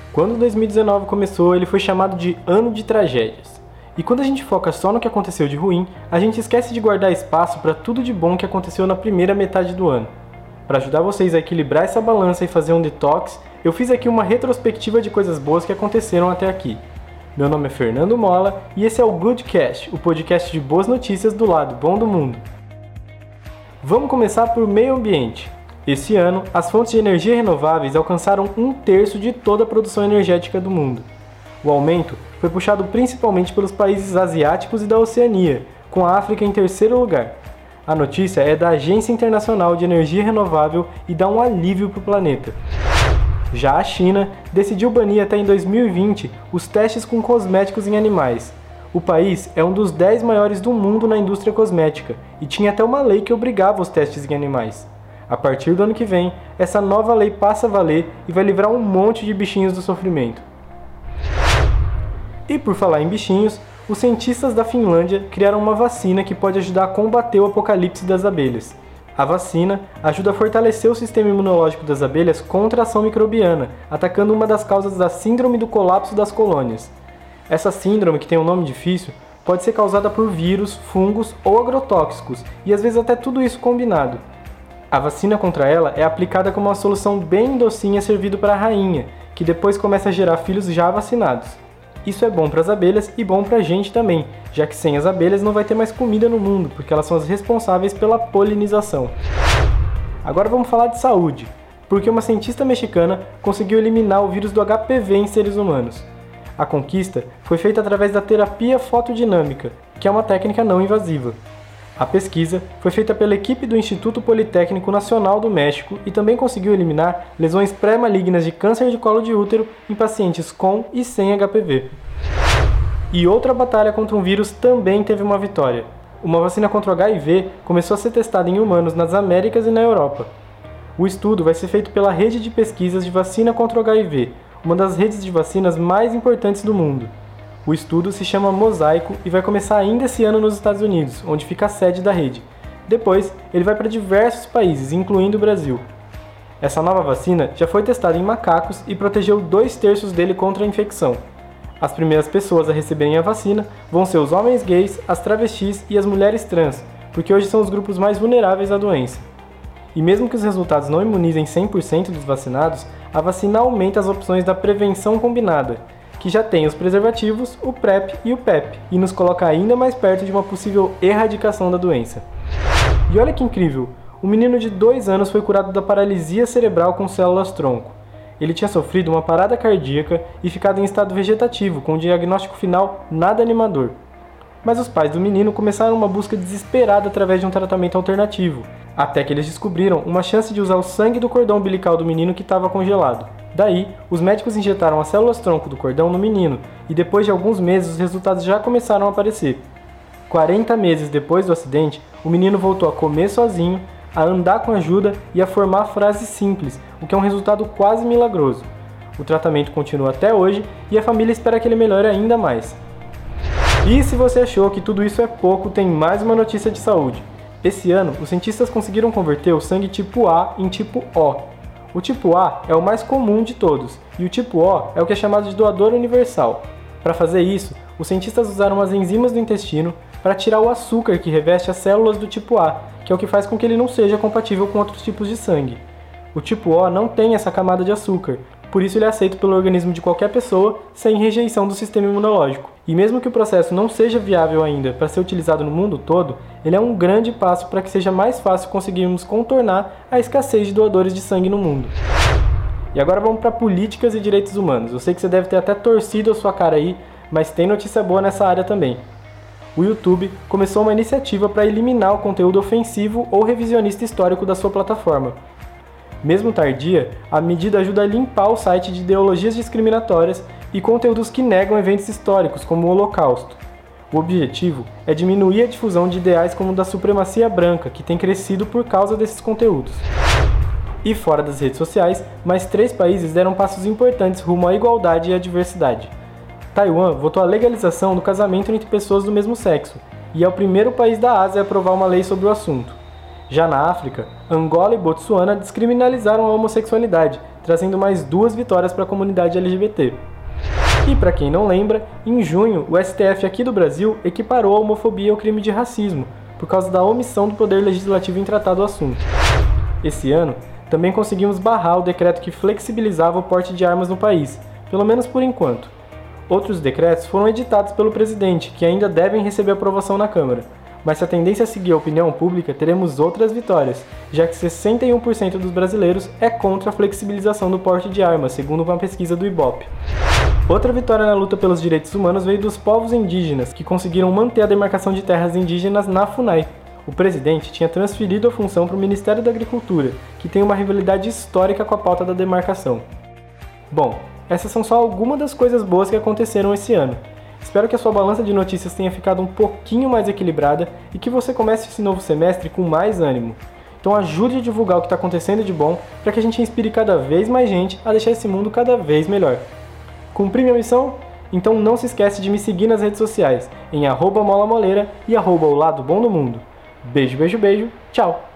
Quando 2019 começou, ele foi chamado de Ano de Tragédias. E quando a gente foca só no que aconteceu de ruim, a gente esquece de guardar espaço para tudo de bom que aconteceu na primeira metade do ano. Para ajudar vocês a equilibrar essa balança e fazer um detox, eu fiz aqui uma retrospectiva de coisas boas que aconteceram até aqui. Meu nome é Fernando Mola e esse é o Goodcast, o podcast de boas notícias do lado bom do mundo. Vamos começar por meio ambiente. Esse ano, as fontes de energia renováveis alcançaram 1/3 de toda a produção energética do mundo. O aumento foi puxado principalmente pelos países asiáticos e da Oceania, com a África em terceiro lugar. A notícia é da Agência Internacional de Energia Renovável e dá um alívio para o planeta. Já a China decidiu banir até em 2020 os testes com cosméticos em animais. O país é um dos 10 maiores do mundo na indústria cosmética e tinha até uma lei que obrigava os testes em animais. A partir do ano que vem, essa nova lei passa a valer e vai livrar um monte de bichinhos do sofrimento. E por falar em bichinhos, os cientistas da Finlândia criaram uma vacina que pode ajudar a combater o apocalipse das abelhas. A vacina ajuda a fortalecer o sistema imunológico das abelhas contra a ação microbiana, atacando uma das causas da síndrome do colapso das colônias. Essa síndrome, que tem um nome difícil, pode ser causada por vírus, fungos ou agrotóxicos, e às vezes até tudo isso combinado. A vacina contra ela é aplicada como uma solução bem docinha servido para a rainha, que depois começa a gerar filhos já vacinados. Isso é bom para as abelhas e bom para a gente também, já que sem as abelhas não vai ter mais comida no mundo, porque elas são as responsáveis pela polinização. Agora vamos falar de saúde, porque uma cientista mexicana conseguiu eliminar o vírus do HPV em seres humanos. A conquista foi feita através da terapia fotodinâmica, que é uma técnica não invasiva. A pesquisa foi feita pela equipe do Instituto Politécnico Nacional do México e também conseguiu eliminar lesões pré-malignas de câncer de colo de útero em pacientes com e sem HPV. E outra batalha contra um vírus também teve uma vitória. Uma vacina contra o HIV começou a ser testada em humanos nas Américas e na Europa. O estudo vai ser feito pela Rede de Pesquisas de Vacina contra o HIV, uma das redes de vacinas mais importantes do mundo. O estudo se chama Mosaico e vai começar ainda esse ano nos Estados Unidos, onde fica a sede da rede. Depois, ele vai para diversos países, incluindo o Brasil. Essa nova vacina já foi testada em macacos e protegeu 2/3 dele contra a infecção. As primeiras pessoas a receberem a vacina vão ser os homens gays, as travestis e as mulheres trans, porque hoje são os grupos mais vulneráveis à doença. E mesmo que os resultados não imunizem 100% dos vacinados, a vacina aumenta as opções da prevenção combinada, que já tem os preservativos, o PrEP e o PEP, e nos coloca ainda mais perto de uma possível erradicação da doença. E olha que incrível, um menino de 2 anos foi curado da paralisia cerebral com células-tronco. Ele tinha sofrido uma parada cardíaca e ficado em estado vegetativo, com um diagnóstico final nada animador. Mas os pais do menino começaram uma busca desesperada através de um tratamento alternativo, até que eles descobriram uma chance de usar o sangue do cordão umbilical do menino que estava congelado. Daí, os médicos injetaram as células-tronco do cordão no menino e depois de alguns meses os resultados já começaram a aparecer. 40 meses depois do acidente, o menino voltou a comer sozinho, a andar com ajuda e a formar frases simples, o que é um resultado quase milagroso. O tratamento continua até hoje e a família espera que ele melhore ainda mais. E se você achou que tudo isso é pouco, tem mais uma notícia de saúde. Esse ano, os cientistas conseguiram converter o sangue tipo A em tipo O. O tipo A é o mais comum de todos, e o tipo O é o que é chamado de doador universal. Para fazer isso, os cientistas usaram as enzimas do intestino para tirar o açúcar que reveste as células do tipo A, que é o que faz com que ele não seja compatível com outros tipos de sangue. O tipo O não tem essa camada de açúcar, por isso ele é aceito pelo organismo de qualquer pessoa sem rejeição do sistema imunológico. E mesmo que o processo não seja viável ainda para ser utilizado no mundo todo, ele é um grande passo para que seja mais fácil conseguirmos contornar a escassez de doadores de sangue no mundo. E agora vamos para políticas e direitos humanos. Eu sei que você deve ter até torcido a sua cara aí, mas tem notícia boa nessa área também. O YouTube começou uma iniciativa para eliminar o conteúdo ofensivo ou revisionista histórico da sua plataforma. Mesmo tardia, a medida ajuda a limpar o site de ideologias discriminatórias e conteúdos que negam eventos históricos, como o Holocausto. O objetivo é diminuir a difusão de ideais como o da supremacia branca, que tem crescido por causa desses conteúdos. E fora das redes sociais, mais 3 países deram passos importantes rumo à igualdade e à diversidade. Taiwan votou a legalização do casamento entre pessoas do mesmo sexo, e é o primeiro país da Ásia a aprovar uma lei sobre o assunto. Já na África, Angola e Botsuana descriminalizaram a homossexualidade, trazendo mais 2 vitórias para a comunidade LGBT. E para quem não lembra, em junho o STF aqui do Brasil equiparou a homofobia ao crime de racismo, por causa da omissão do Poder Legislativo em tratar do assunto. Esse ano, também conseguimos barrar o decreto que flexibilizava o porte de armas no país, pelo menos por enquanto. Outros decretos foram editados pelo presidente, que ainda devem receber aprovação na Câmara. Mas se a tendência é seguir a opinião pública, teremos outras vitórias, já que 61% dos brasileiros é contra a flexibilização do porte de armas, segundo uma pesquisa do Ibope. Outra vitória na luta pelos direitos humanos veio dos povos indígenas, que conseguiram manter a demarcação de terras indígenas na FUNAI. O presidente tinha transferido a função para o Ministério da Agricultura, que tem uma rivalidade histórica com a pauta da demarcação. Bom, essas são só algumas das coisas boas que aconteceram esse ano. Espero que a sua balança de notícias tenha ficado um pouquinho mais equilibrada e que você comece esse novo semestre com mais ânimo. Então ajude a divulgar o que está acontecendo de bom para que a gente inspire cada vez mais gente a deixar esse mundo cada vez melhor. Cumpri minha missão? Então não se esquece de me seguir nas redes sociais, em @molamoleira e @o lado bom do mundo. Beijo, beijo, beijo, tchau!